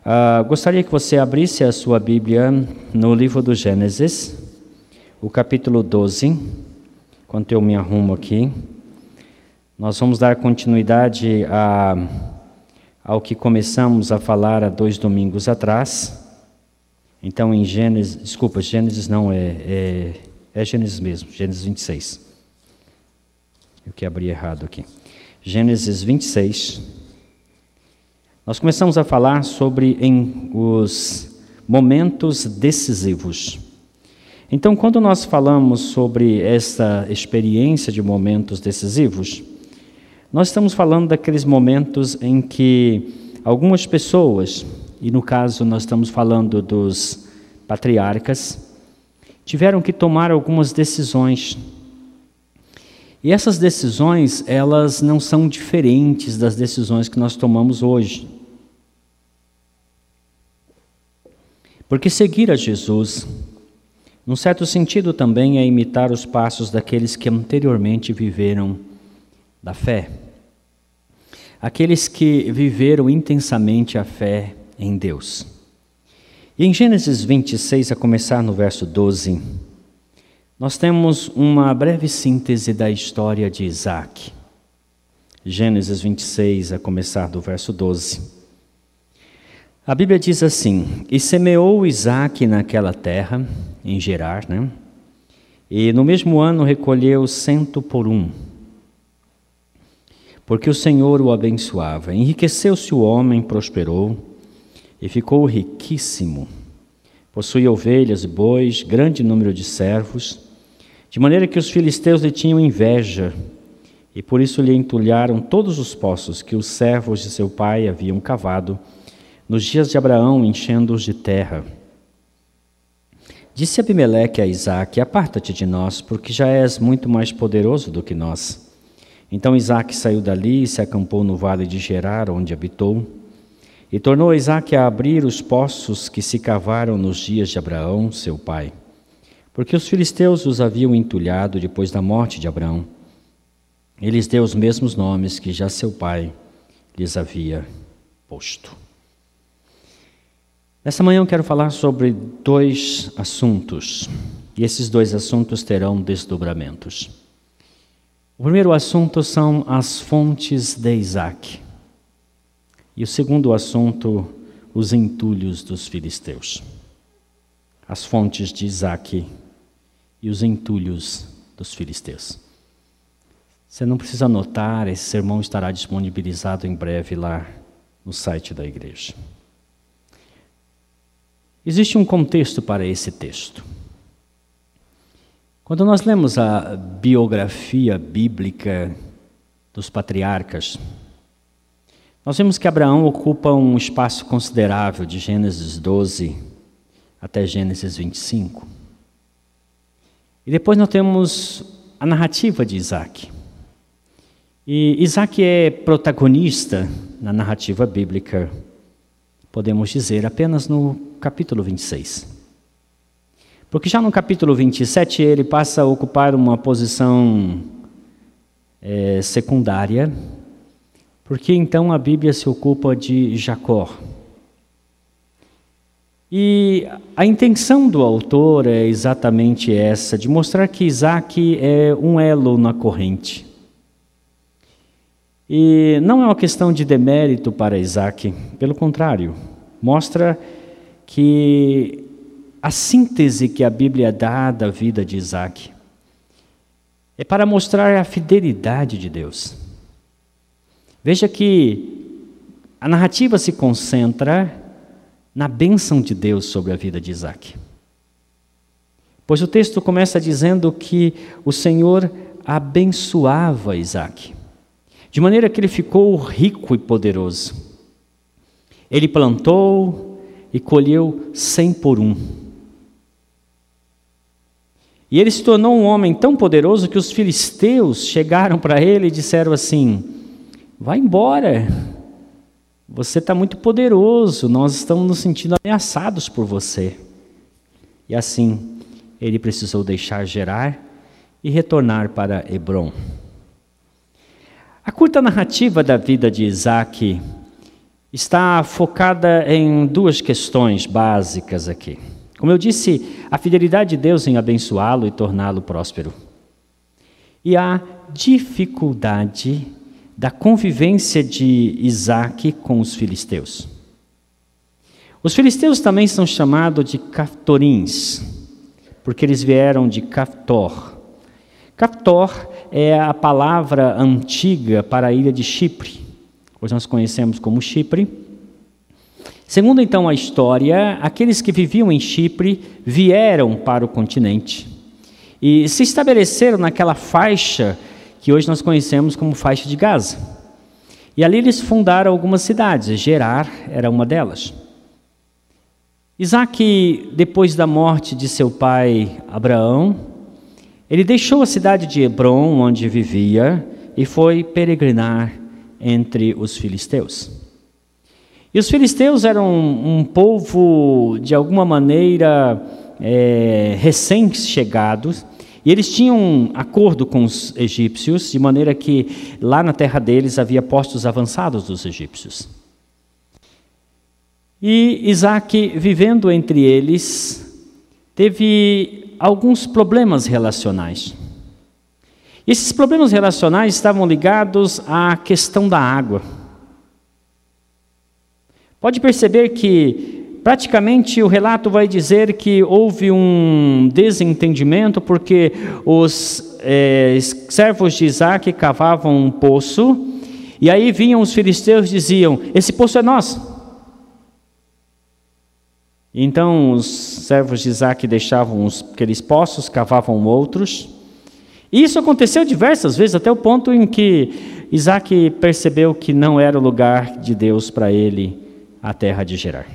Gostaria que você abrisse a sua Bíblia no livro do Gênesis, o capítulo 12, enquanto eu me arrumo aqui. Nós vamos dar continuidade ao que começamos a falar há 2 domingos atrás. Então, em Gênesis mesmo, Gênesis 26. Eu que abri errado aqui. Gênesis 26. Nós começamos a falar sobre os momentos decisivos. Então, quando nós falamos sobre essa experiência de momentos decisivos, nós estamos falando daqueles momentos em que algumas pessoas, e no caso nós estamos falando dos patriarcas, tiveram que tomar algumas decisões. E essas decisões, elas não são diferentes das decisões que nós tomamos hoje. Porque seguir a Jesus, num certo sentido também, é imitar os passos daqueles que anteriormente viveram da fé. Aqueles que viveram intensamente a fé em Deus. E em Gênesis 26, a começar no verso 12, nós temos uma breve síntese da história de Isaac. Gênesis 26, a começar do verso 12. A Bíblia diz assim: E semeou Isaac naquela terra, em Gerar, e no mesmo ano recolheu 100 por 1, porque o Senhor o abençoava. Enriqueceu-se o homem, prosperou, e ficou riquíssimo. Possuía ovelhas e bois, grande número de servos, de maneira que os filisteus lhe tinham inveja, e por isso lhe entulharam todos os poços que os servos de seu pai haviam cavado, nos dias de Abraão, enchendo-os de terra. Disse Abimeleque a Isaque: Aparta-te de nós, porque já és muito mais poderoso do que nós. Então Isaque saiu dali e se acampou no vale de Gerar, onde habitou. E tornou Isaque a abrir os poços que se cavaram nos dias de Abraão, seu pai, porque os filisteus os haviam entulhado depois da morte de Abraão. Ele lhes deu os mesmos nomes que já seu pai lhes havia posto. Nessa manhã eu quero falar sobre 2 assuntos, e esses 2 assuntos terão desdobramentos. O primeiro assunto são as fontes de Isaac, e o segundo assunto, os entulhos dos filisteus. As fontes de Isaac e os entulhos dos filisteus. Você não precisa anotar, esse sermão estará disponibilizado em breve lá no site da igreja. Existe um contexto para esse texto. Quando nós lemos a biografia bíblica dos patriarcas, nós vemos que Abraão ocupa um espaço considerável de Gênesis 12 até Gênesis 25. E depois nós temos a narrativa de Isaac. E Isaac é protagonista na narrativa bíblica, podemos dizer, apenas no capítulo 26. Porque já no capítulo 27 ele passa a ocupar uma posição secundária, porque então a Bíblia se ocupa de Jacó. E a intenção do autor é exatamente essa, de mostrar que Isaac é um elo na corrente. E não é uma questão de demérito para Isaac, pelo contrário, mostra que a síntese que a Bíblia dá da vida de Isaac é para mostrar a fidelidade de Deus. Veja que a narrativa se concentra na bênção de Deus sobre a vida de Isaac. Pois o texto começa dizendo que o Senhor abençoava Isaac, de maneira que ele ficou rico e poderoso. Ele plantou e colheu 100 por 1. E ele se tornou um homem tão poderoso que os filisteus chegaram para ele e disseram assim: vai embora, você está muito poderoso, nós estamos nos sentindo ameaçados por você. E assim, ele precisou deixar Gerar e retornar para Hebrom. A curta narrativa da vida de Isaac está focada em duas questões básicas aqui. Como eu disse, a fidelidade de Deus em abençoá-lo e torná-lo próspero. E a dificuldade da convivência de Isaque com os filisteus. Os filisteus também são chamados de Caftorins, porque eles vieram de Caftor. Caftor é a palavra antiga para a ilha de Chipre, hoje nós conhecemos como Chipre. Segundo então a história, aqueles que viviam em Chipre vieram para o continente e se estabeleceram naquela faixa que hoje nós conhecemos como faixa de Gaza. E ali eles fundaram algumas cidades, Gerar era uma delas. Isaque, depois da morte de seu pai Abraão, ele deixou a cidade de Hebrom, onde vivia, e foi peregrinar entre os filisteus. E os filisteus eram um povo, de alguma maneira, recém-chegados, e eles tinham um acordo com os egípcios, de maneira que lá na terra deles havia postos avançados dos egípcios. E Isaque, vivendo entre eles, teve alguns problemas relacionais. E esses problemas relacionais estavam ligados à questão da água. Pode perceber que praticamente o relato vai dizer que houve um desentendimento porque os servos de Isaque cavavam um poço e aí vinham os filisteus e diziam: esse poço é nosso. Então os servos de Isaque deixavam aqueles poços, cavavam outros. E isso aconteceu diversas vezes, até o ponto em que Isaque percebeu que não era o lugar de Deus para ele, a terra de Gerar.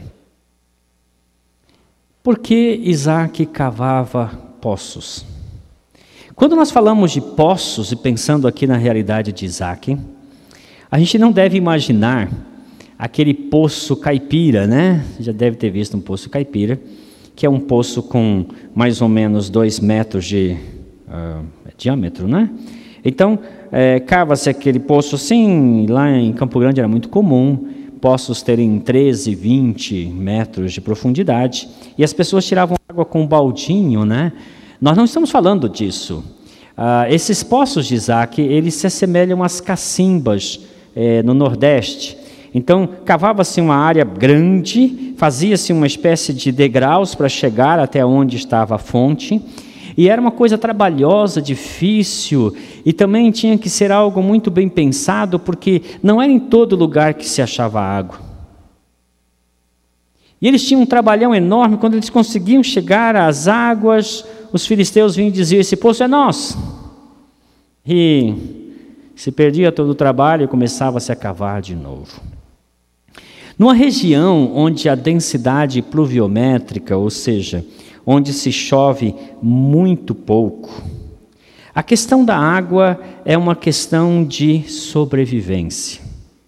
Por que Isaque cavava poços? Quando nós falamos de poços, e pensando aqui na realidade de Isaque, a gente não deve imaginar aquele poço caipira, né? Você já deve ter visto um poço caipira, que é um poço com mais ou menos 2 metros de diâmetro, né? Então, cava-se aquele poço assim, lá em Campo Grande era muito comum, poços terem 13, 20 metros de profundidade, e as pessoas tiravam água com um baldinho, né? Nós não estamos falando disso. Esses poços de Isaque, eles se assemelham às cacimbas no Nordeste. Então, cavava-se uma área grande, fazia-se uma espécie de degraus para chegar até onde estava a fonte, e era uma coisa trabalhosa, difícil, e também tinha que ser algo muito bem pensado, porque não era em todo lugar que se achava água. E eles tinham um trabalhão enorme. Quando eles conseguiam chegar às águas, os filisteus vinham e diziam: esse poço é nosso. E se perdia todo o trabalho e começava-se a cavar de novo. Numa região onde a densidade pluviométrica, ou seja, onde se chove muito pouco, a questão da água é uma questão de sobrevivência.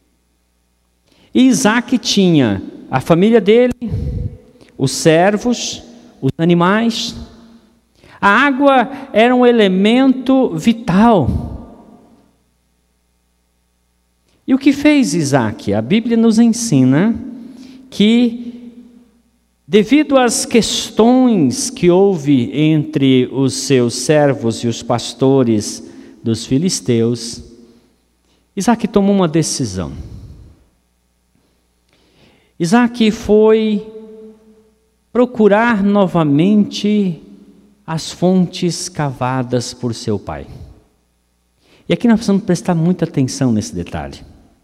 E Isaque tinha a família dele, os servos, os animais. A água era um elemento vital. E o que fez Isaque? A Bíblia nos ensina que, devido às questões que houve entre os seus servos e os pastores dos filisteus, Isaque tomou uma decisão. Isaque foi procurar novamente as fontes cavadas por seu pai. E aqui nós precisamos prestar muita atenção nesse detalhe.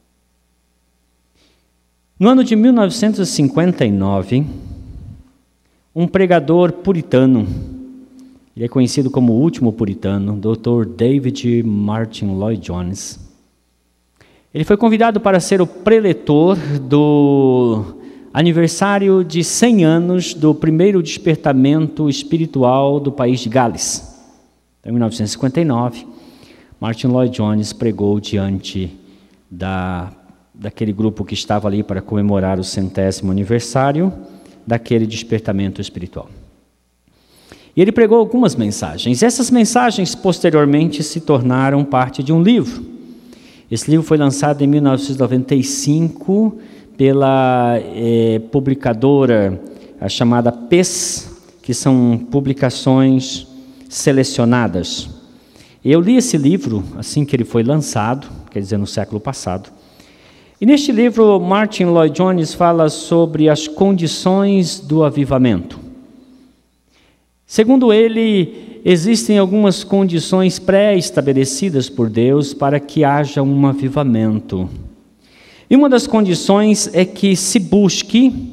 No ano de 1959, um pregador puritano, ele é conhecido como o último puritano, Dr. David Martin Lloyd Jones, ele foi convidado para ser o preletor do aniversário de 100 anos do primeiro despertamento espiritual do país de Gales. Em 1959, Martin Lloyd Jones pregou diante daquele grupo que estava ali para comemorar o 100º aniversário daquele despertamento espiritual. E ele pregou algumas mensagens. Essas mensagens, posteriormente, se tornaram parte de um livro. Esse livro foi lançado em 1995 pela publicadora chamada PES, que são publicações selecionadas. Eu li esse livro assim que ele foi lançado, quer dizer, no século passado. E neste livro, Martin Lloyd-Jones fala sobre as condições do avivamento. Segundo ele, existem algumas condições pré-estabelecidas por Deus para que haja um avivamento. E uma das condições é que se busque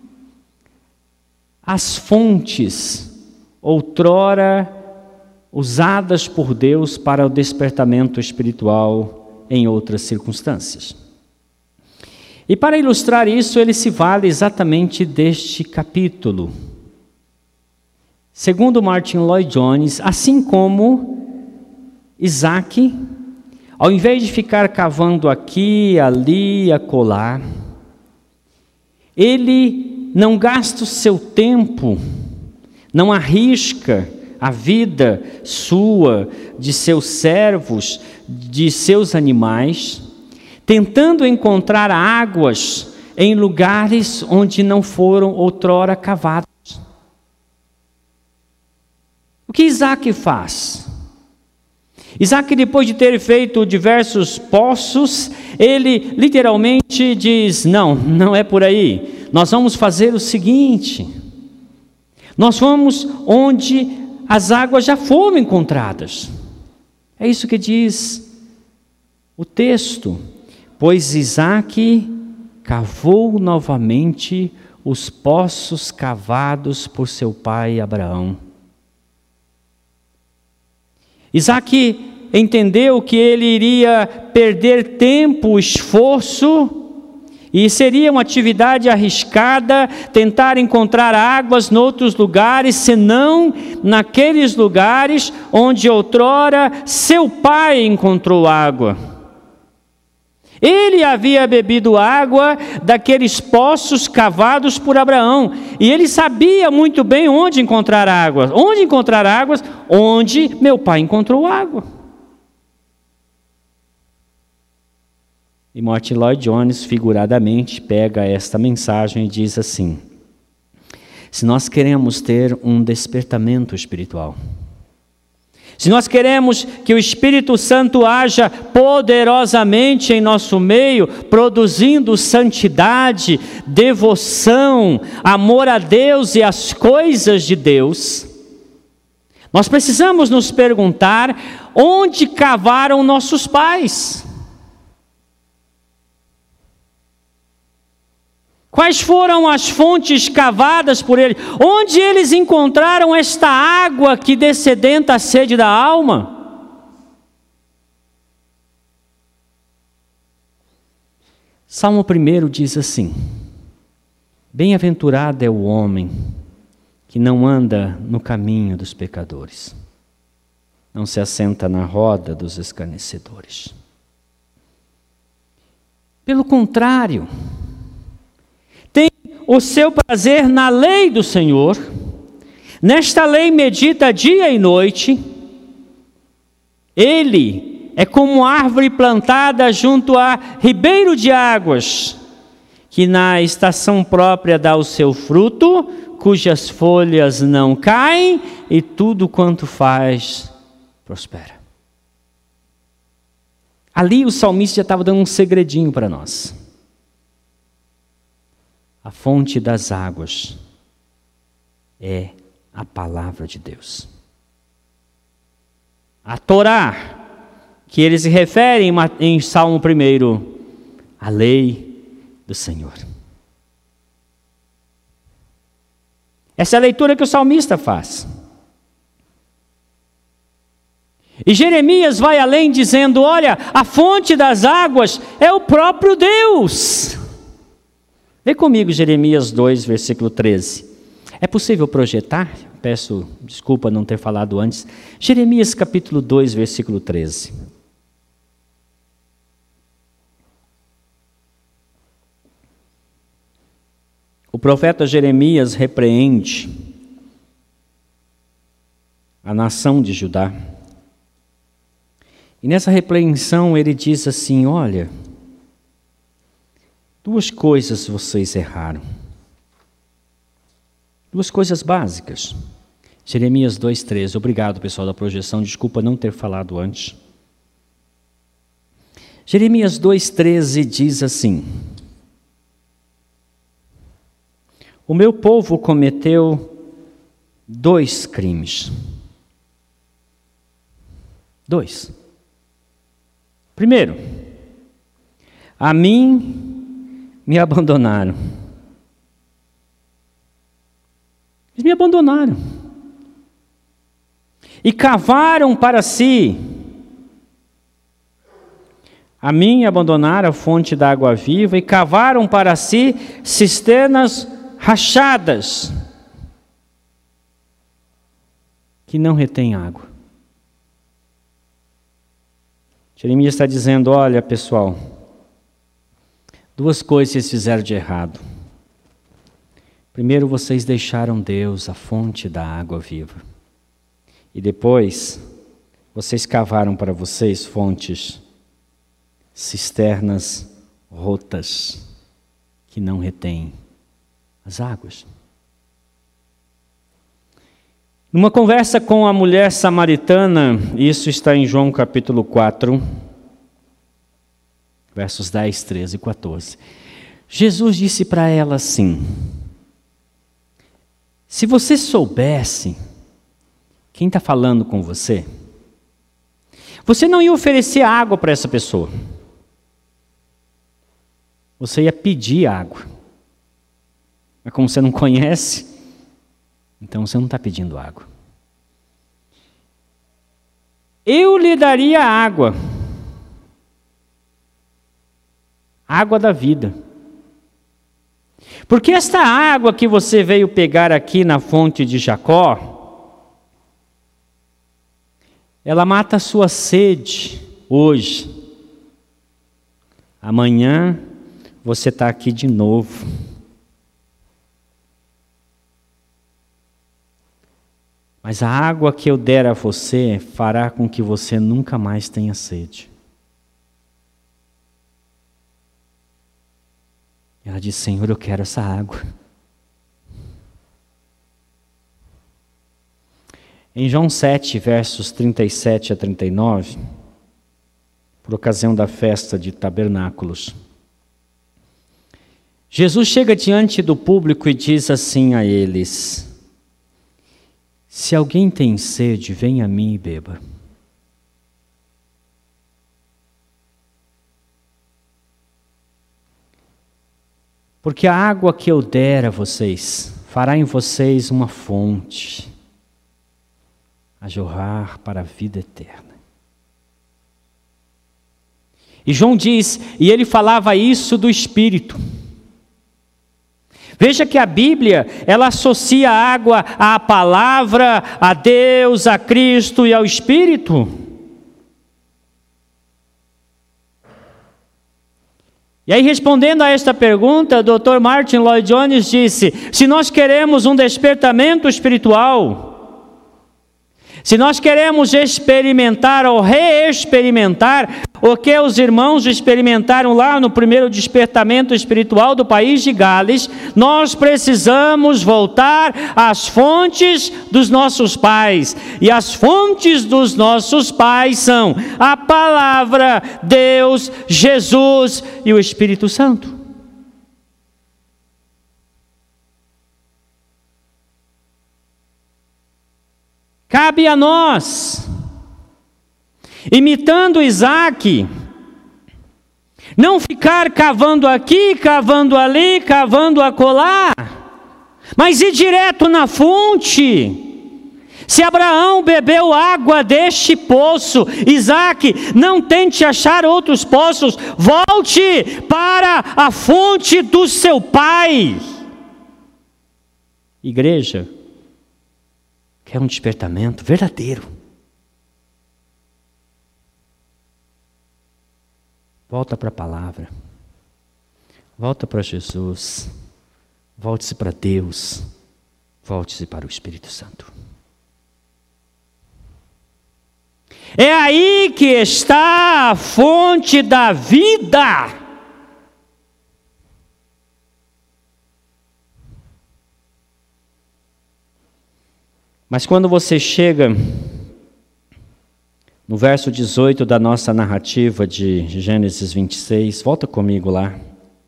as fontes outrora usadas por Deus para o despertamento espiritual em outras circunstâncias. E para ilustrar isso, ele se vale exatamente deste capítulo. Segundo Martin Lloyd-Jones, assim como Isaac, ao invés de ficar cavando aqui, ali, acolá, ele não gasta o seu tempo, não arrisca a vida sua, de seus servos, de seus animais, tentando encontrar águas em lugares onde não foram outrora cavadas. O que Isaac faz? Isaac, depois de ter feito diversos poços, ele literalmente diz: não é por aí. Nós vamos fazer o seguinte: nós vamos onde as águas já foram encontradas. É isso que diz o texto. Pois Isaac cavou novamente os poços cavados por seu pai Abraão. Isaac entendeu que ele iria perder tempo, esforço, e seria uma atividade arriscada tentar encontrar águas em outros lugares, senão naqueles lugares onde outrora seu pai encontrou água. Ele havia bebido água daqueles poços cavados por Abraão, e ele sabia muito bem onde encontrar água. Onde encontrar águas? Onde meu pai encontrou água. E Martin Lloyd-Jones, figuradamente, pega esta mensagem e diz assim: se nós queremos ter um despertamento espiritual, se nós queremos que o Espírito Santo haja poderosamente em nosso meio, produzindo santidade, devoção, amor a Deus e às coisas de Deus, nós precisamos nos perguntar: onde cavaram nossos pais? Quais foram as fontes cavadas por eles? Onde eles encontraram esta água que dessedenta a sede da alma? Salmo 1 diz assim: bem-aventurado é o homem que não anda no caminho dos pecadores, não se assenta na roda dos escarnecedores. Pelo contrário, tem o seu prazer na lei do Senhor, nesta lei medita dia e noite. Ele é como árvore plantada junto a ribeiro de águas, que na estação própria dá o seu fruto, cujas folhas não caem, e tudo quanto faz prospera. Ali o salmista já estava dando um segredinho para nós. A fonte das águas é a palavra de Deus. A Torá, que eles se referem em Salmo 1, a lei do Senhor. Essa é a leitura que o salmista faz. E Jeremias vai além dizendo: olha, a fonte das águas é o próprio Deus. Lê comigo Jeremias 2, versículo 13. É possível projetar? Peço desculpa não ter falado antes. Jeremias capítulo 2, versículo 13. O profeta Jeremias repreende a nação de Judá. E nessa repreensão ele diz assim: olha, Duas coisas vocês erraram. Duas coisas básicas. Jeremias 2,13. Obrigado, pessoal da projeção. Desculpa não ter falado antes. Jeremias 2,13 diz assim: o meu povo cometeu 2 crimes. 2. Primeiro, a mim me abandonaram. Eles me abandonaram. E cavaram para si. A mim abandonaram a fonte da água viva e cavaram para si cisternas rachadas, que não retêm água. Jeremias está dizendo: olha, pessoal, 2 coisas vocês fizeram de errado. Primeiro, vocês deixaram Deus, a fonte da água viva. E depois, vocês cavaram para vocês fontes, cisternas rotas, que não retêm as águas. Numa conversa com a mulher samaritana, isso está em João capítulo 4, versos 10, 13 e 14. Jesus disse para ela assim: se você soubesse quem está falando com você, você não ia oferecer água para essa pessoa. Você ia pedir água. Mas como você não conhece, então você não está pedindo água. Eu lhe daria água. Água da vida. Porque esta água que você veio pegar aqui na fonte de Jacó, ela mata a sua sede hoje. Amanhã você está aqui de novo. Mas a água que eu der a você fará com que você nunca mais tenha sede. Ela disse: Senhor, eu quero essa água. Em João 7, versos 37 a 39, por ocasião da festa de tabernáculos, Jesus chega diante do público e diz assim a eles: se alguém tem sede, venha a mim e beba. Porque a água que eu der a vocês fará em vocês uma fonte a jorrar para a vida eterna. E João diz, e ele falava isso do Espírito. Veja que a Bíblia, ela associa a água à palavra, a Deus, a Cristo e ao Espírito. E aí, respondendo a esta pergunta, o Dr. Martin Lloyd Jones disse: se nós queremos um despertamento espiritual, se nós queremos experimentar ou reexperimentar o que os irmãos experimentaram lá no primeiro despertamento espiritual do país de Gales, nós precisamos voltar às fontes dos nossos pais. E as fontes dos nossos pais são a palavra, Deus, Jesus e o Espírito Santo. Cabe a nós, imitando Isaac, não ficar cavando aqui, cavando ali, cavando acolá, mas ir direto na fonte. Se Abraão bebeu água deste poço, Isaac, não tente achar outros poços, volte para a fonte do seu pai. Igreja, quer um despertamento verdadeiro? Volta para a palavra, volta para Jesus, volte-se para Deus, volte-se para o Espírito Santo. É aí que está a fonte da vida. Mas quando você chega no verso 18 da nossa narrativa de Gênesis 26, volta comigo lá.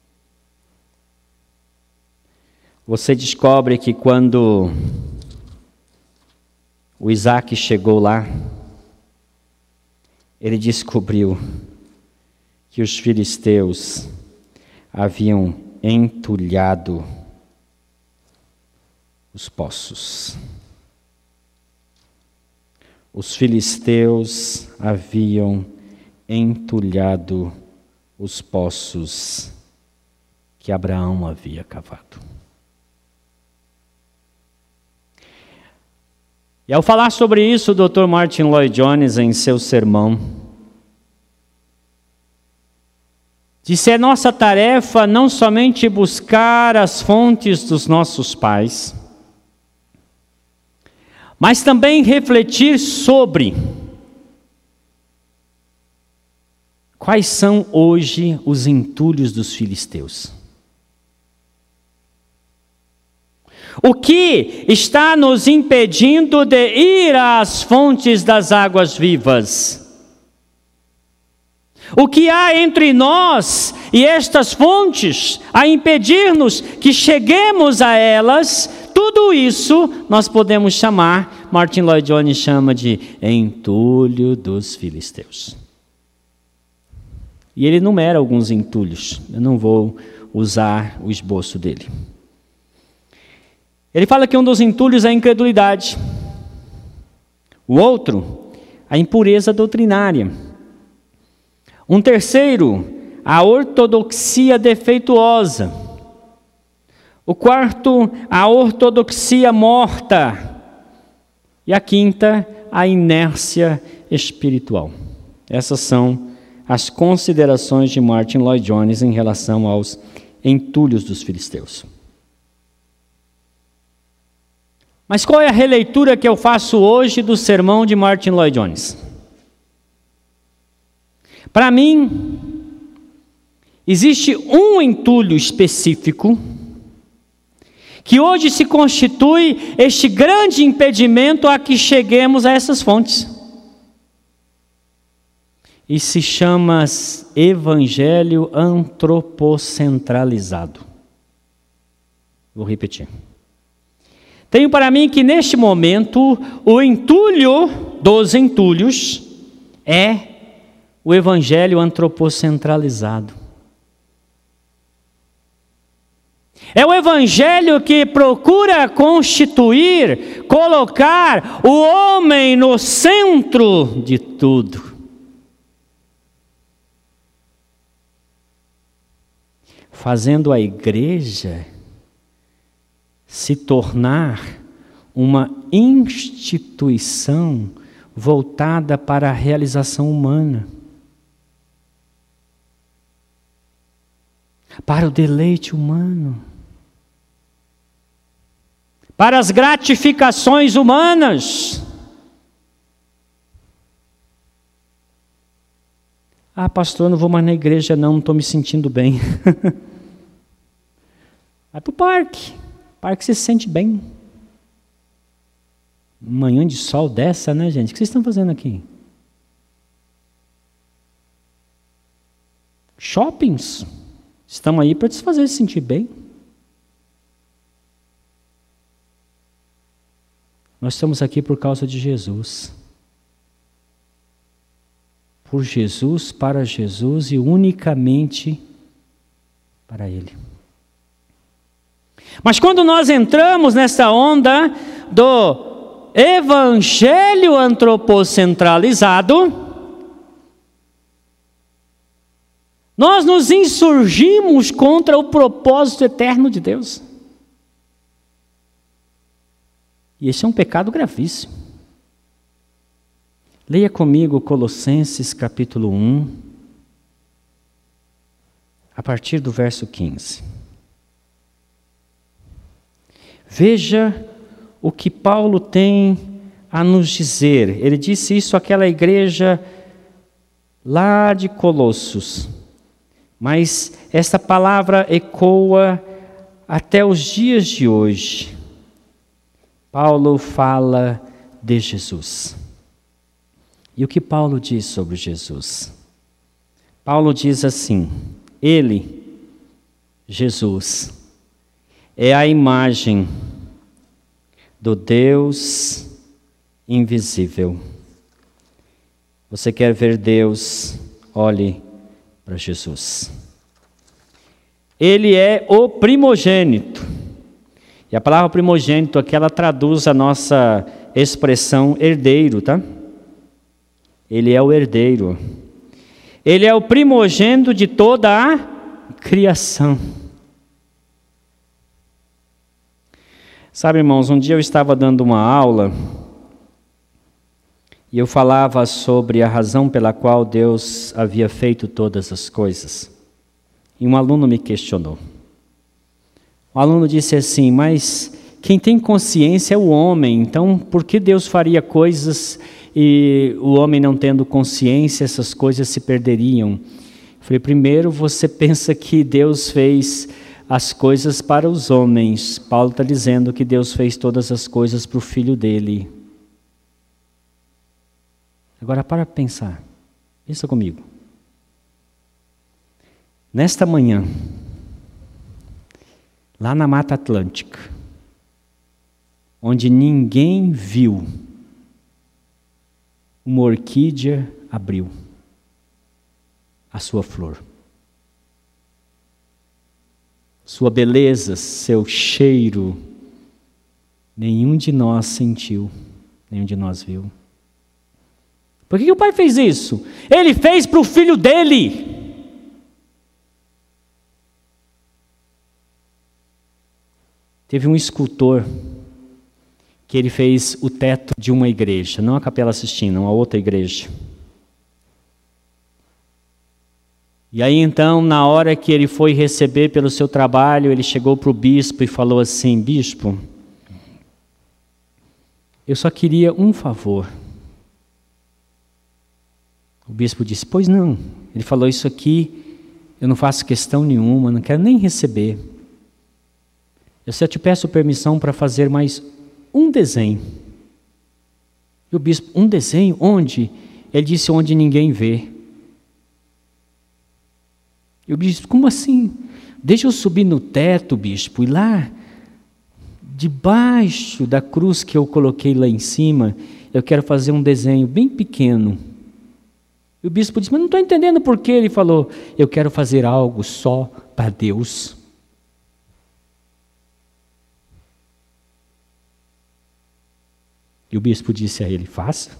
Você descobre que quando o Isaac chegou lá, ele descobriu que os filisteus haviam entulhado os poços. Os filisteus haviam entulhado os poços que Abraão havia cavado. E ao falar sobre isso, o Dr. Martin Lloyd Jones, em seu sermão, disse: é nossa tarefa não somente buscar as fontes dos nossos pais, mas também refletir sobre quais são hoje os entulhos dos filisteus. O que está nos impedindo de ir às fontes das águas vivas? O que há entre nós e estas fontes a impedir-nos que cheguemos a elas? Tudo isso nós podemos chamar, Martin Lloyd Jones chama de entulho dos filisteus. E ele enumera alguns entulhos, eu não vou usar o esboço dele. Ele fala que um dos entulhos é a incredulidade. O outro, a impureza doutrinária. Um terceiro, a ortodoxia defeituosa. O quarto, a ortodoxia morta. E a quinta, a inércia espiritual. Essas são as considerações de Martin Lloyd Jones em relação aos entulhos dos filisteus. Mas qual é a releitura que eu faço hoje do sermão de Martin Lloyd Jones? Para mim, existe um entulho específico que hoje se constitui este grande impedimento a que cheguemos a essas fontes. E se chama evangelho antropocentralizado. Vou repetir. Tenho para mim que neste momento o entulho dos entulhos é o evangelho antropocentralizado. É o evangelho que procura constituir, colocar o homem no centro de tudo. Fazendo a igreja se tornar uma instituição voltada para a realização humana, para o deleite humano, para as gratificações humanas. Ah, pastor, eu não vou mais na igreja não estou me sentindo bem. Vai para o parque. Parque você se sente bem. Manhã de sol dessa, né, gente? O que vocês estão fazendo aqui? Shoppings estão aí para te fazer se sentir bem. Nós estamos aqui por causa de Jesus. Por Jesus, para Jesus e unicamente para Ele. Mas quando nós entramos nessa onda do evangelho antropocentralizado, nós nos insurgimos contra o propósito eterno de Deus. E esse é um pecado gravíssimo. Leia comigo Colossenses capítulo 1, a partir do verso 15. Veja o que Paulo tem a nos dizer. Ele disse isso àquela igreja lá de Colossos. Mas esta palavra ecoa até os dias de hoje. Paulo fala de Jesus. E o que Paulo diz sobre Jesus? Paulo diz assim: Ele, Jesus, é a imagem do Deus invisível. Você quer ver Deus? Olhe para Jesus. Ele é o primogênito. E a palavra primogênito aqui, ela traduz a nossa expressão herdeiro, tá? Ele é o herdeiro. Ele é o primogênito de toda a criação. Sabe, irmãos, um dia eu estava dando uma aula e eu falava sobre a razão pela qual Deus havia feito todas as coisas. E um aluno me questionou. O aluno disse assim: mas quem tem consciência é o homem, então por que Deus faria coisas e o homem não tendo consciência, essas coisas se perderiam? Eu falei: primeiro, você pensa que Deus fez as coisas para os homens. Paulo está dizendo que Deus fez todas as coisas para o Filho dele. Agora para pensar, pensa comigo. Nesta manhã, lá na Mata Atlântica, onde ninguém viu, uma orquídea abriu a sua flor. Sua beleza, seu cheiro, nenhum de nós sentiu, nenhum de nós viu. Por que o Pai fez isso? Ele fez para o Filho dele. Teve um escultor que ele fez o teto de uma igreja, não a Capela Sistina, uma outra igreja. E aí então, na hora que ele foi receber pelo seu trabalho, ele chegou para o bispo e falou assim: bispo, eu só queria um favor. O bispo disse: pois não. Ele falou: isso aqui eu não faço questão nenhuma, não quero nem receber. Eu só te peço permissão para fazer mais um desenho. E o bispo: um desenho? Onde? Ele disse: onde ninguém vê. E o bispo: como assim? Deixa eu subir no teto, bispo, e lá, debaixo da cruz que eu coloquei lá em cima, eu quero fazer um desenho bem pequeno. E o bispo disse: mas não estou entendendo por quê. Ele falou: eu quero fazer algo só para Deus. E o bispo disse a ele: faça.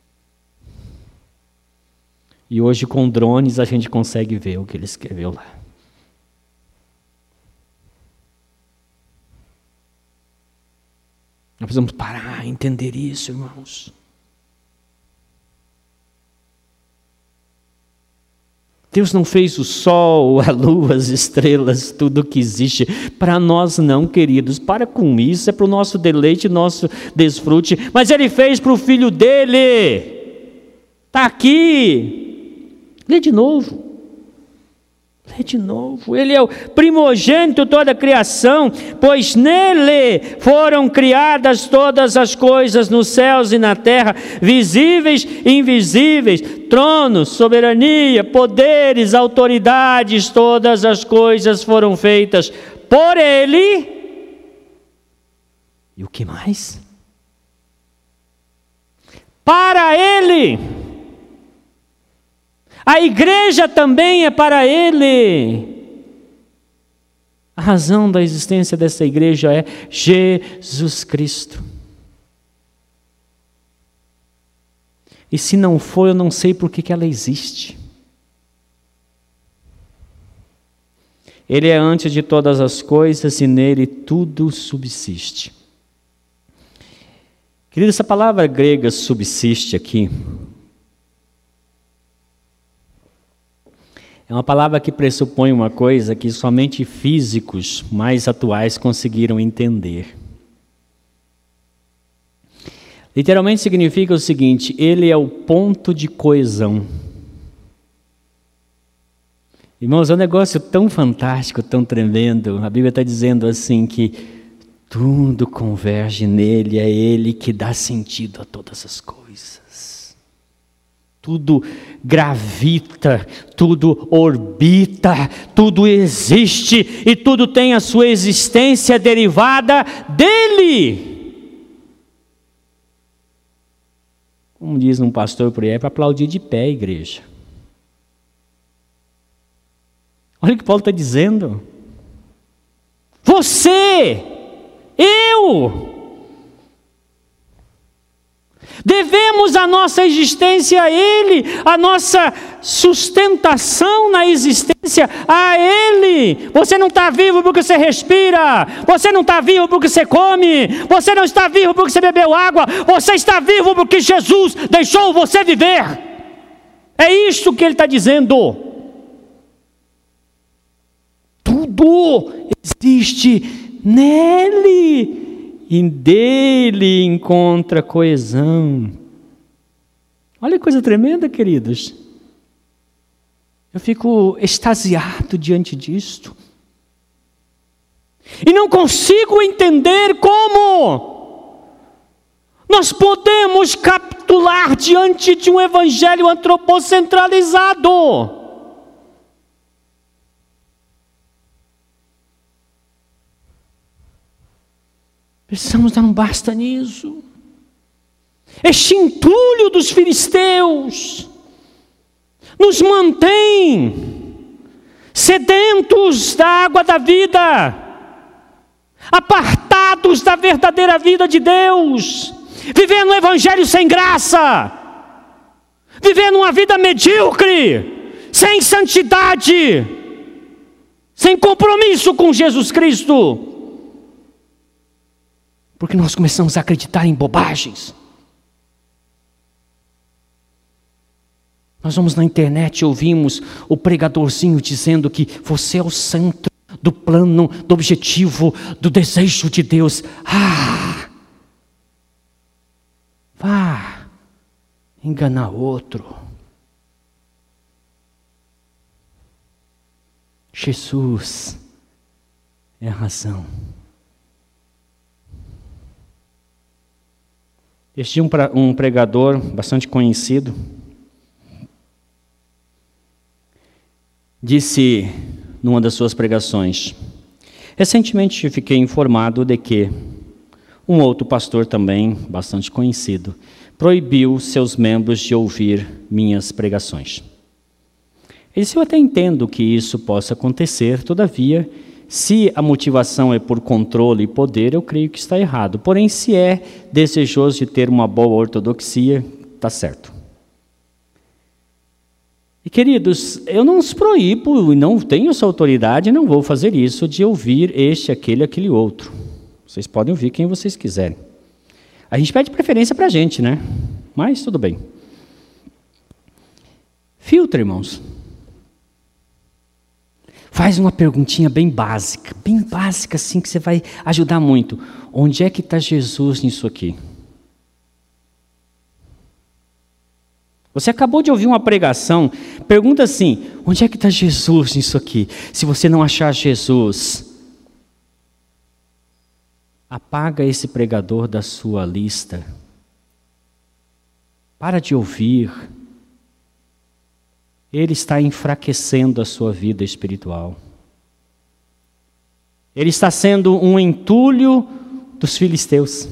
E hoje com drones a gente consegue ver o que ele escreveu lá. Nós precisamos parar e entender isso, irmãos. Deus não fez o sol, a lua, as estrelas, tudo que existe para nós não, queridos. Para com isso, é para o nosso deleite, nosso desfrute. Mas Ele fez para o Filho dEle. Está aqui. Lê de novo. Lê de novo. Ele é o primogênito de toda a criação, pois nele foram criadas todas as coisas nos céus e na terra, visíveis e invisíveis, tronos, soberania, poderes, autoridades, todas as coisas foram feitas por ele. E o que mais? Para ele. A igreja também é para ele. A razão da existência dessa igreja é Jesus Cristo. E se não for, eu não sei por que ela existe. Ele é antes de todas as coisas e nele tudo subsiste. Querido, essa palavra grega subsiste aqui é uma palavra que pressupõe uma coisa que somente físicos mais atuais conseguiram entender. Literalmente significa o seguinte: ele é o ponto de coesão. Irmãos, é um negócio tão fantástico, tão tremendo. A Bíblia está dizendo assim que Tudo converge nele, é ele que dá sentido a todas as coisas. Tudo gravita, tudo orbita, tudo existe e tudo tem a sua existência derivada dele. Como diz um pastor por aí, é para aplaudir de pé, igreja. Olha o que Paulo está dizendo. Você, eu, devemos a nossa existência a Ele, a nossa sustentação na existência a Ele. Você não está vivo porque você respira, você não está vivo porque você come, você não está vivo porque você bebeu água, você está vivo porque Jesus deixou você viver. É isso que ele está dizendo. Tudo existe nele e dele encontra coesão. Olha que coisa tremenda, queridos. Eu fico extasiado diante disto. E não consigo entender como nós podemos capitular diante de um evangelho antropocentralizado. Precisamos dar um basta nisso. Este entulho dos filisteus nos mantém sedentos da água da vida, apartados da verdadeira vida de Deus, vivendo um evangelho sem graça, vivendo uma vida medíocre, sem santidade, sem compromisso com Jesus Cristo. Porque nós começamos a acreditar em bobagens. Nós vamos na internet e ouvimos o pregadorzinho dizendo que você é o centro do plano, do objetivo, do desejo de Deus. Vá enganar outro. Jesus é a razão. Este um pregador bastante conhecido disse numa das suas pregações: recentemente fiquei informado de que um outro pastor também bastante conhecido proibiu seus membros de ouvir minhas pregações. Ele disse: eu até entendo que isso possa acontecer, todavia, se a motivação é por controle e poder, eu creio que está errado. Porém, se é desejoso de ter uma boa ortodoxia, está certo. E queridos, eu não os proíbo, não tenho essa autoridade, não vou fazer isso de ouvir este, aquele outro. Vocês podem ouvir quem vocês quiserem. A gente pede preferência para a gente, né? Mas tudo bem. Filtra, irmãos. Faz uma perguntinha bem básica assim, que você vai ajudar muito. Onde é que está Jesus nisso aqui? Você acabou de ouvir uma pregação, pergunta assim: onde é que está Jesus nisso aqui? Se você não achar Jesus, apaga esse pregador da sua lista. Para de ouvir. Ele está enfraquecendo a sua vida espiritual. Ele está sendo um entulho dos filisteus.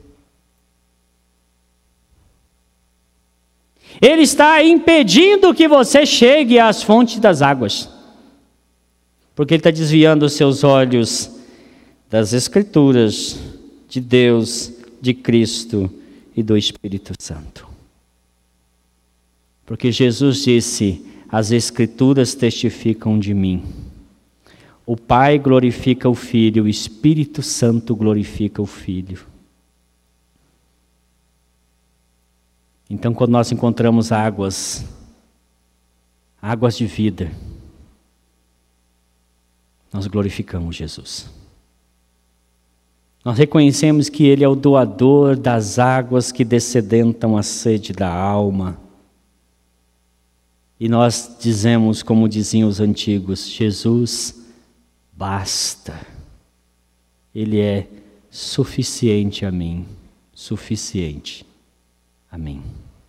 Ele está impedindo que você chegue às fontes das águas. Porque ele está desviando os seus olhos das Escrituras, de Deus, de Cristo e do Espírito Santo. Porque Jesus disse: as Escrituras testificam de mim. O Pai glorifica o Filho, o Espírito Santo glorifica o Filho. Então, quando nós encontramos águas de vida, nós glorificamos Jesus. Nós reconhecemos que Ele é o doador das águas que dessedentam a sede da alma. E nós dizemos, como diziam os antigos: Jesus basta. Ele é suficiente a mim, suficiente a mim.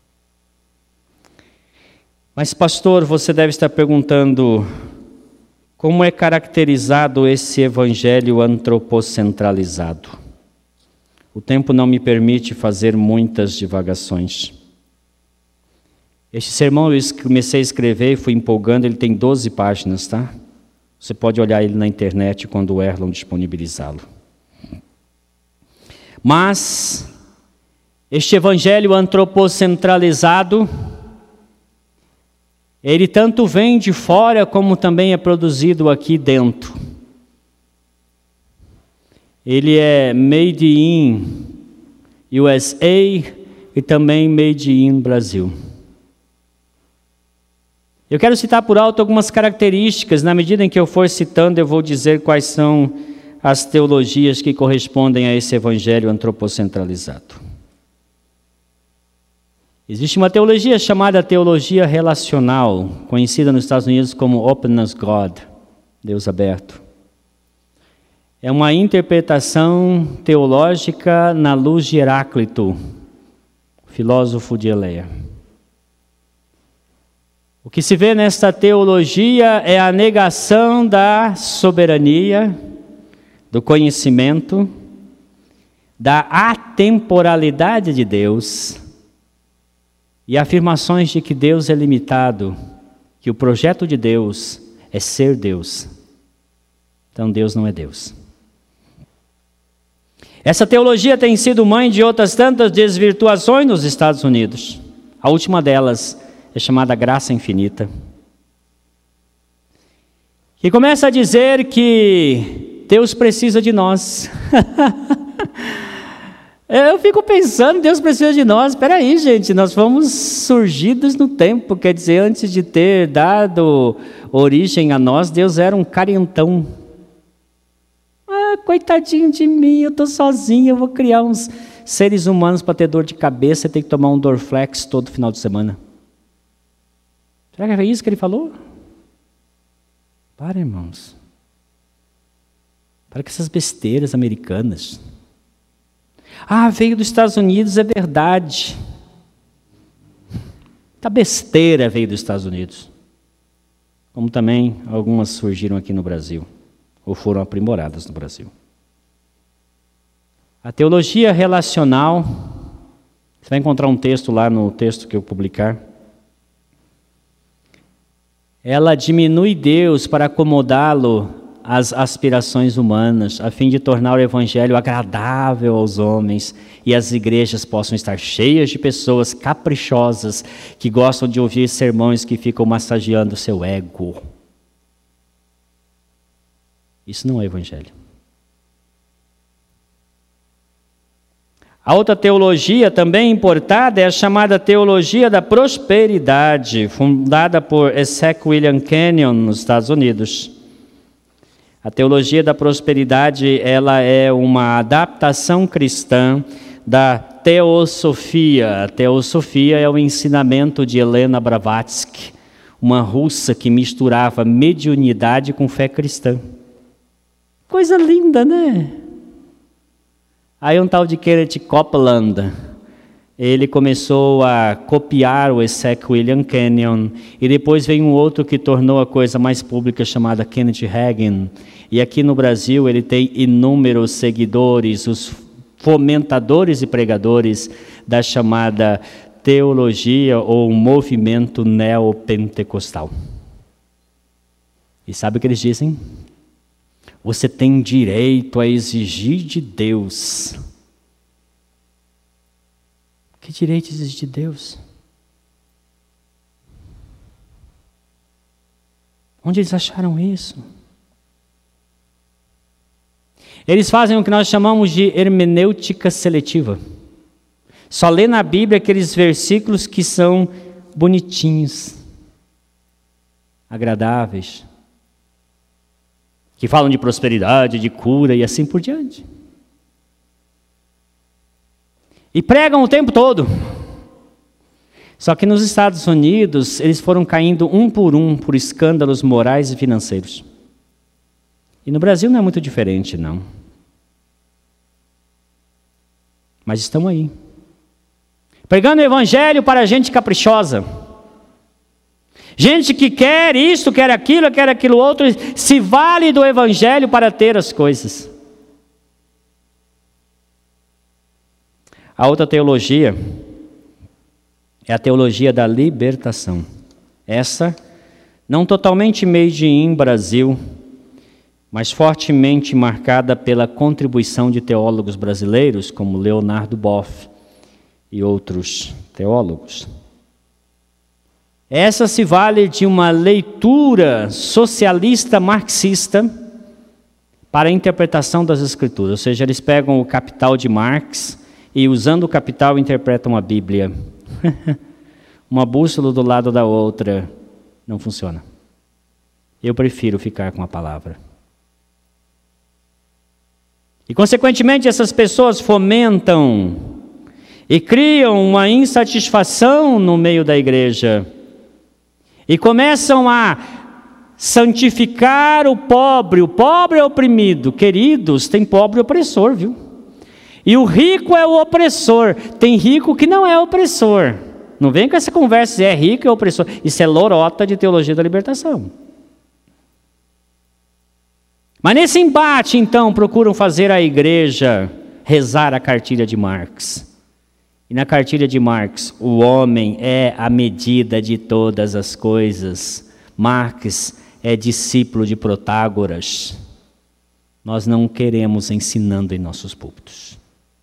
Mas, pastor, você deve estar perguntando, como é caracterizado esse evangelho antropocentralizado? O tempo não me permite fazer muitas divagações. Este sermão eu comecei a escrever e fui empolgando, ele tem 12 páginas, tá? Você pode olhar ele na internet quando o Erlon disponibilizá-lo. Mas, este evangelho antropocentralizado, ele tanto vem de fora como também é produzido aqui dentro. Ele é made in USA e também made in Brasil. Eu quero citar por alto algumas características. Na medida em que eu for citando, eu vou dizer quais são as teologias que correspondem a esse evangelho antropocentralizado. Existe uma teologia chamada teologia relacional, conhecida nos Estados Unidos como Openness God, Deus aberto. É uma interpretação teológica na luz de Heráclito, filósofo de Eleia. O que se vê nesta teologia é a negação da soberania, do conhecimento, da atemporalidade de Deus e afirmações de que Deus é limitado, que o projeto de Deus é ser Deus. Então Deus não é Deus. Essa teologia tem sido mãe de outras tantas desvirtuações nos Estados Unidos. A última delas é chamada graça infinita. Que começa a dizer que Deus precisa de nós. Eu fico pensando, Deus precisa de nós. Espera aí, gente, nós fomos surgidos no tempo. Quer dizer, antes de ter dado origem a nós, Deus era um carentão. Coitadinho de mim, eu estou sozinho, eu vou criar uns seres humanos para ter dor de cabeça e ter que tomar um Dorflex todo final de semana. Será que é isso que ele falou? Para, irmãos. Para com essas besteiras americanas. Veio dos Estados Unidos, é verdade. Tá besteira veio dos Estados Unidos. Como também algumas surgiram aqui no Brasil, ou foram aprimoradas no Brasil. A teologia relacional, você vai encontrar um texto lá no texto que eu publicar, ela diminui Deus para acomodá-lo às aspirações humanas, a fim de tornar o evangelho agradável aos homens e as igrejas possam estar cheias de pessoas caprichosas que gostam de ouvir sermões que ficam massageando o seu ego. Isso não é evangelho. A outra teologia também importada é a chamada teologia da prosperidade, fundada por Esek William Kenyon nos Estados Unidos. A teologia da prosperidade, ela é uma adaptação cristã da teosofia. A teosofia é o ensinamento de Helena Blavatsky, uma russa que misturava mediunidade com fé cristã. Coisa linda, né? Aí um tal de Kenneth Copeland, ele começou a copiar o Esek William Kenyon, e depois veio um outro que tornou a coisa mais pública, chamada Kenneth Hagin. E aqui no Brasil ele tem inúmeros seguidores, os fomentadores e pregadores da chamada teologia ou movimento neopentecostal. E sabe o que eles dizem? Você tem direito a exigir de Deus. Que direito exige de Deus? Onde eles acharam isso? Eles fazem o que nós chamamos de hermenêutica seletiva. Só lê na Bíblia aqueles versículos que são bonitinhos, agradáveis, que falam de prosperidade, de cura e assim por diante. E pregam o tempo todo. Só que nos Estados Unidos, eles foram caindo um por escândalos morais e financeiros. E no Brasil não é muito diferente, não. mas estão aí. Pregando o evangelho para gente caprichosa. Gente que quer isso, quer aquilo outro, se vale do evangelho para ter as coisas. A outra teologia é a teologia da libertação. Essa, não totalmente made in Brasil, mas fortemente marcada pela contribuição de teólogos brasileiros, como Leonardo Boff e outros teólogos. Essa se vale de uma leitura socialista marxista para a interpretação das Escrituras. Ou seja, eles pegam o Capital de Marx e, usando o Capital, interpretam a Bíblia. Uma bússola do lado da outra não funciona. Eu prefiro ficar com a palavra. E, consequentemente, essas pessoas fomentam e criam uma insatisfação no meio da igreja. E começam a santificar o pobre é oprimido. Queridos, tem pobre opressor, viu? E o rico é o opressor. Tem rico que não é opressor. Não vem com essa conversa se é rico e é opressor. Isso é lorota de teologia da libertação. Mas nesse embate, então, procuram fazer a igreja rezar a cartilha de Marx. E na cartilha de Marx, o homem é a medida de todas as coisas. Marx é discípulo de Protágoras. Nós não queremos ensinando em nossos púlpitos.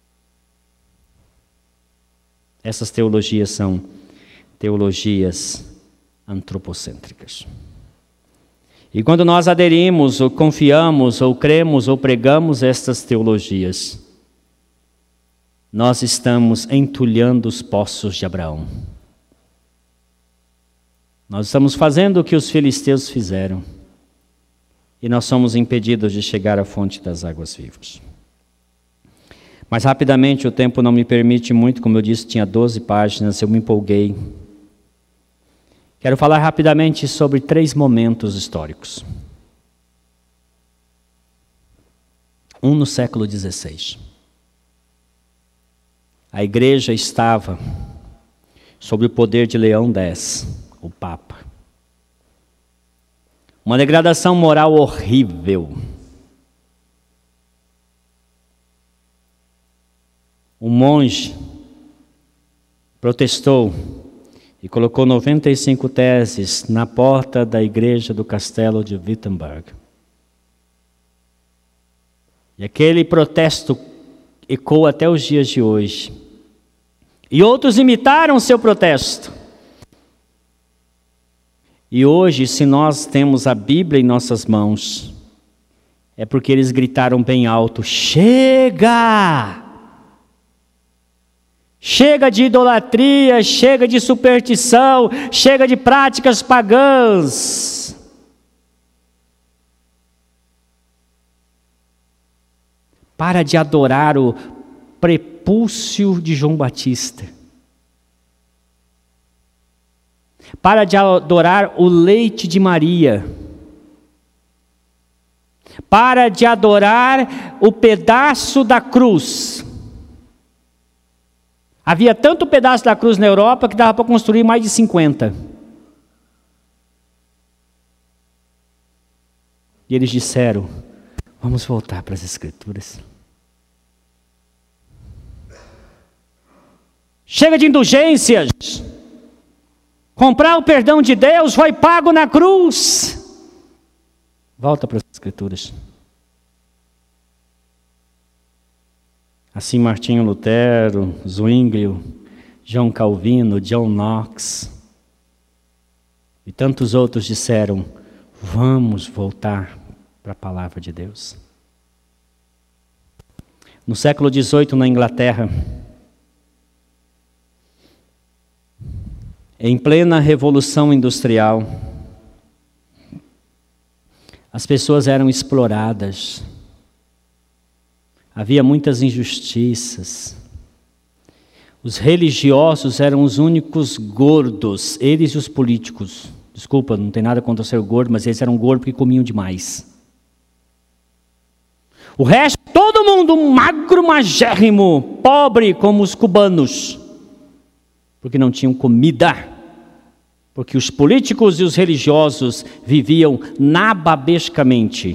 Essas teologias são teologias antropocêntricas. E quando nós aderimos, ou confiamos, ou cremos, ou pregamos estas teologias, nós estamos entulhando os poços de Abraão. Nós estamos fazendo o que os filisteus fizeram. E nós somos impedidos de chegar à fonte das águas vivas. Mas rapidamente, o tempo não me permite muito, como eu disse, tinha 12 páginas, eu me empolguei. Quero falar rapidamente sobre 3 momentos históricos. Um no século XVI. A igreja estava sob o poder de Leão X, o Papa. Uma degradação moral horrível. Um monge protestou e colocou 95 teses na porta da igreja do castelo de Wittenberg. E aquele protesto ecoa até os dias de hoje. E outros imitaram seu protesto. E hoje, se nós temos a Bíblia em nossas mãos, é porque eles gritaram bem alto: chega! Chega de idolatria, chega de superstição, chega de práticas pagãs. Para de adorar o prepúcio de João Batista. Para de adorar o leite de Maria. Para de adorar o pedaço da cruz. Havia tanto pedaço da cruz na Europa que dava para construir mais de 50. E eles disseram: vamos voltar para as Escrituras. Chega de indulgências. Comprar o perdão de Deus foi pago na cruz. Volta para as Escrituras. Assim Martinho Lutero, Zwinglio, João Calvino, John Knox e tantos outros disseram: vamos voltar para a palavra de Deus. No século XVIII, na Inglaterra, em plena Revolução Industrial, as pessoas eram exploradas. Havia muitas injustiças. Os religiosos eram os únicos gordos, eles e os políticos. Desculpa, não tem nada contra ser gordo, mas eles eram gordos porque comiam demais. O resto, todo mundo magro, magérrimo, pobre como os cubanos, porque não tinham comida, porque os políticos e os religiosos viviam nababescamente.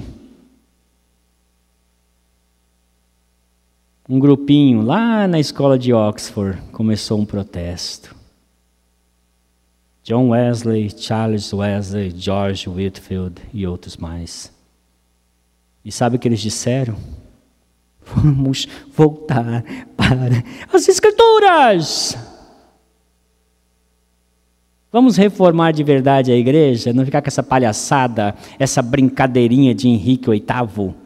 Um grupinho lá na escola de Oxford começou um protesto. John Wesley, Charles Wesley, George Whitefield e outros mais. E sabe o que eles disseram? Vamos voltar para as Escrituras. Vamos reformar de verdade a igreja, não ficar com essa palhaçada, essa brincadeirinha de Henrique VIII.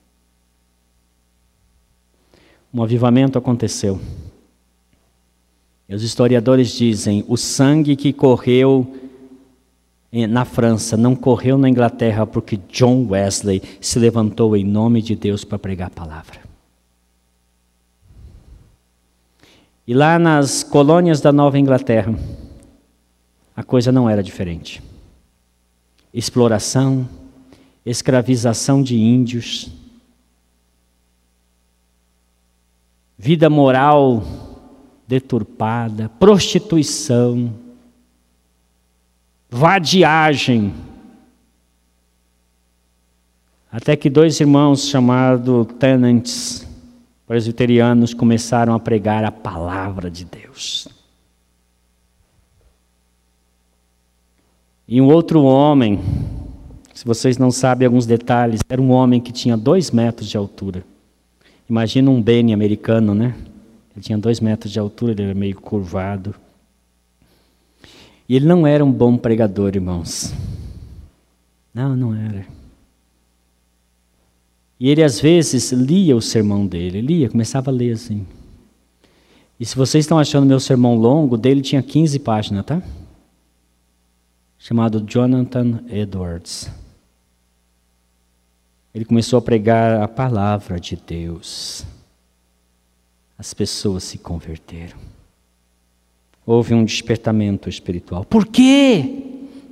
Um avivamento aconteceu. E os historiadores dizem, o sangue que correu na França não correu na Inglaterra, porque John Wesley se levantou em nome de Deus para pregar a palavra. E lá nas colônias da Nova Inglaterra, a coisa não era diferente. Exploração, escravização de índios, vida moral deturpada, prostituição, vadiagem. Até que dois irmãos chamados Tennants, presbiterianos, começaram a pregar a palavra de Deus. E um outro homem, se vocês não sabem alguns detalhes, era um homem que tinha 2 metros de altura. Imagina um Benny americano, né? Ele tinha 2 metros de altura, ele era meio curvado. E ele não era um bom pregador, irmãos. Não era. E ele às vezes lia o sermão dele, começava a ler assim. E se vocês estão achando meu sermão longo, dele tinha 15 páginas, tá? Chamado Jonathan Edwards. Ele começou a pregar a palavra de Deus. As pessoas se converteram. Houve um despertamento espiritual. Por quê?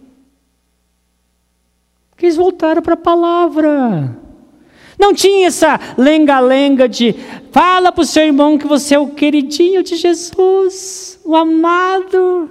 Porque eles voltaram para a palavra. Não tinha essa lenga-lenga de fala para o seu irmão que você é o queridinho de Jesus, o amado.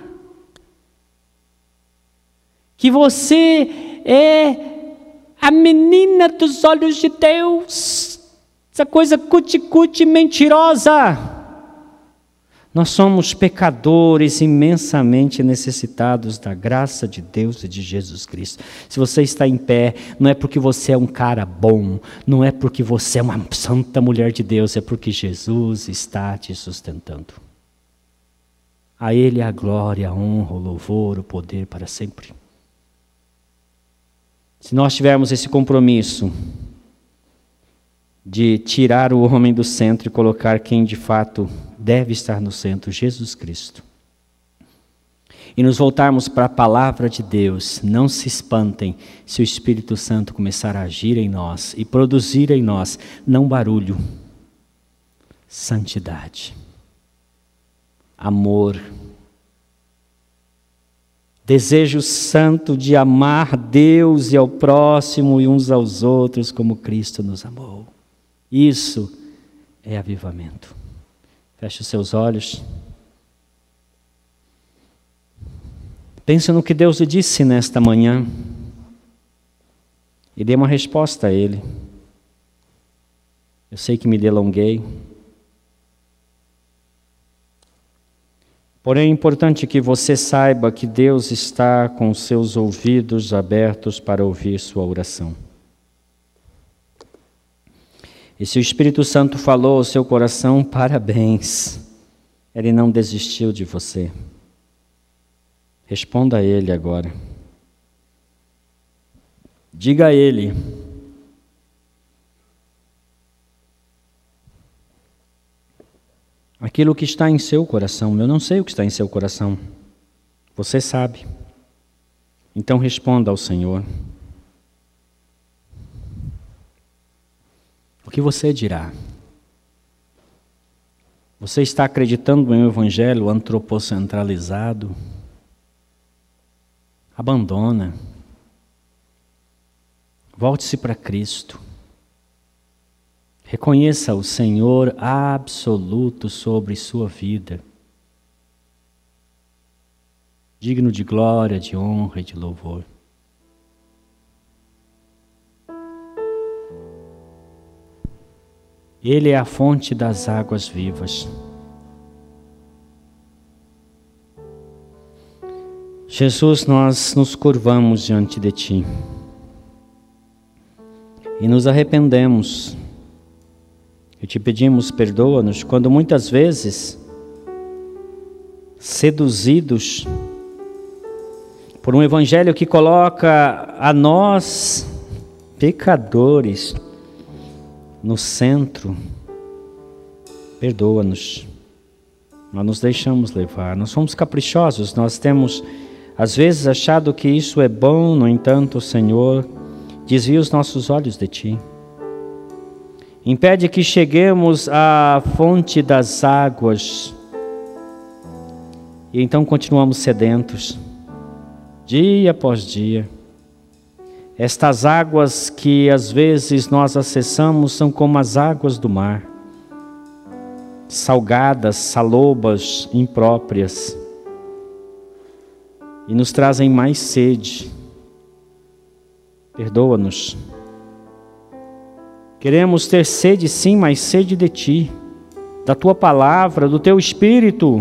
Que você é a menina dos olhos de Deus. Essa coisa cuti-cuti mentirosa. Nós somos pecadores imensamente necessitados da graça de Deus e de Jesus Cristo. Se você está em pé, não é porque você é um cara bom, não é porque você é uma santa mulher de Deus, é porque Jesus está te sustentando. A Ele a glória, a honra, o louvor, o poder para sempre. Se nós tivermos esse compromisso de tirar o homem do centro e colocar quem de fato deve estar no centro, Jesus Cristo, e nos voltarmos para a palavra de Deus, não se espantem se o Espírito Santo começar a agir em nós e produzir em nós, não barulho, santidade, amor, desejo santo de amar Deus e ao próximo e uns aos outros como Cristo nos amou. Isso é avivamento. Feche os seus olhos. Pense no que Deus lhe disse nesta manhã e dê uma resposta a Ele. Eu sei que me delonguei. Porém, é importante que você saiba que Deus está com seus ouvidos abertos para ouvir sua oração. E se o Espírito Santo falou ao seu coração, parabéns. Ele não desistiu de você. Responda a Ele agora. Diga a Ele. Aquilo que está em seu coração. Eu não sei o que está em seu coração. Você sabe. Então responda ao Senhor. O que você dirá? Você está acreditando em um evangelho antropocentralizado? Abandona. Volte-se para Cristo. Reconheça o Senhor absoluto sobre sua vida. Digno de glória, de honra e de louvor. Ele é a fonte das águas vivas. Jesus, nós nos curvamos diante de Ti e nos arrependemos. E te pedimos, perdoa-nos, quando muitas vezes, seduzidos por um evangelho que coloca a nós, pecadores, no centro, perdoa-nos. Nós nos deixamos levar, nós somos caprichosos, nós temos às vezes achado que isso é bom, no entanto, o Senhor desvia os nossos olhos de Ti. Impede que cheguemos à fonte das águas. E então continuamos sedentos, dia após dia. Estas águas que às vezes nós acessamos são como as águas do mar. Salgadas, salobas, impróprias. E nos trazem mais sede. Perdoa-nos. Queremos ter sede sim, mas sede de Ti, da Tua palavra, do Teu Espírito.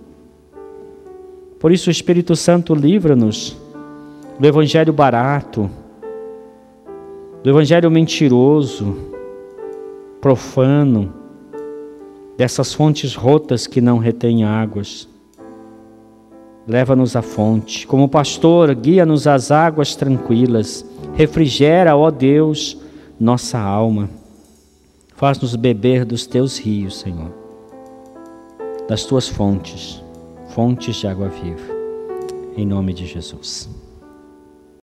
Por isso, Espírito Santo, livra-nos do evangelho barato, do evangelho mentiroso, profano, dessas fontes rotas que não retêm águas. Leva-nos à fonte. Como pastor, guia-nos às águas tranquilas. Refrigera, ó Deus, nossa alma. Faz-nos beber dos Teus rios, Senhor, das Tuas fontes, fontes de água viva. Em nome de Jesus.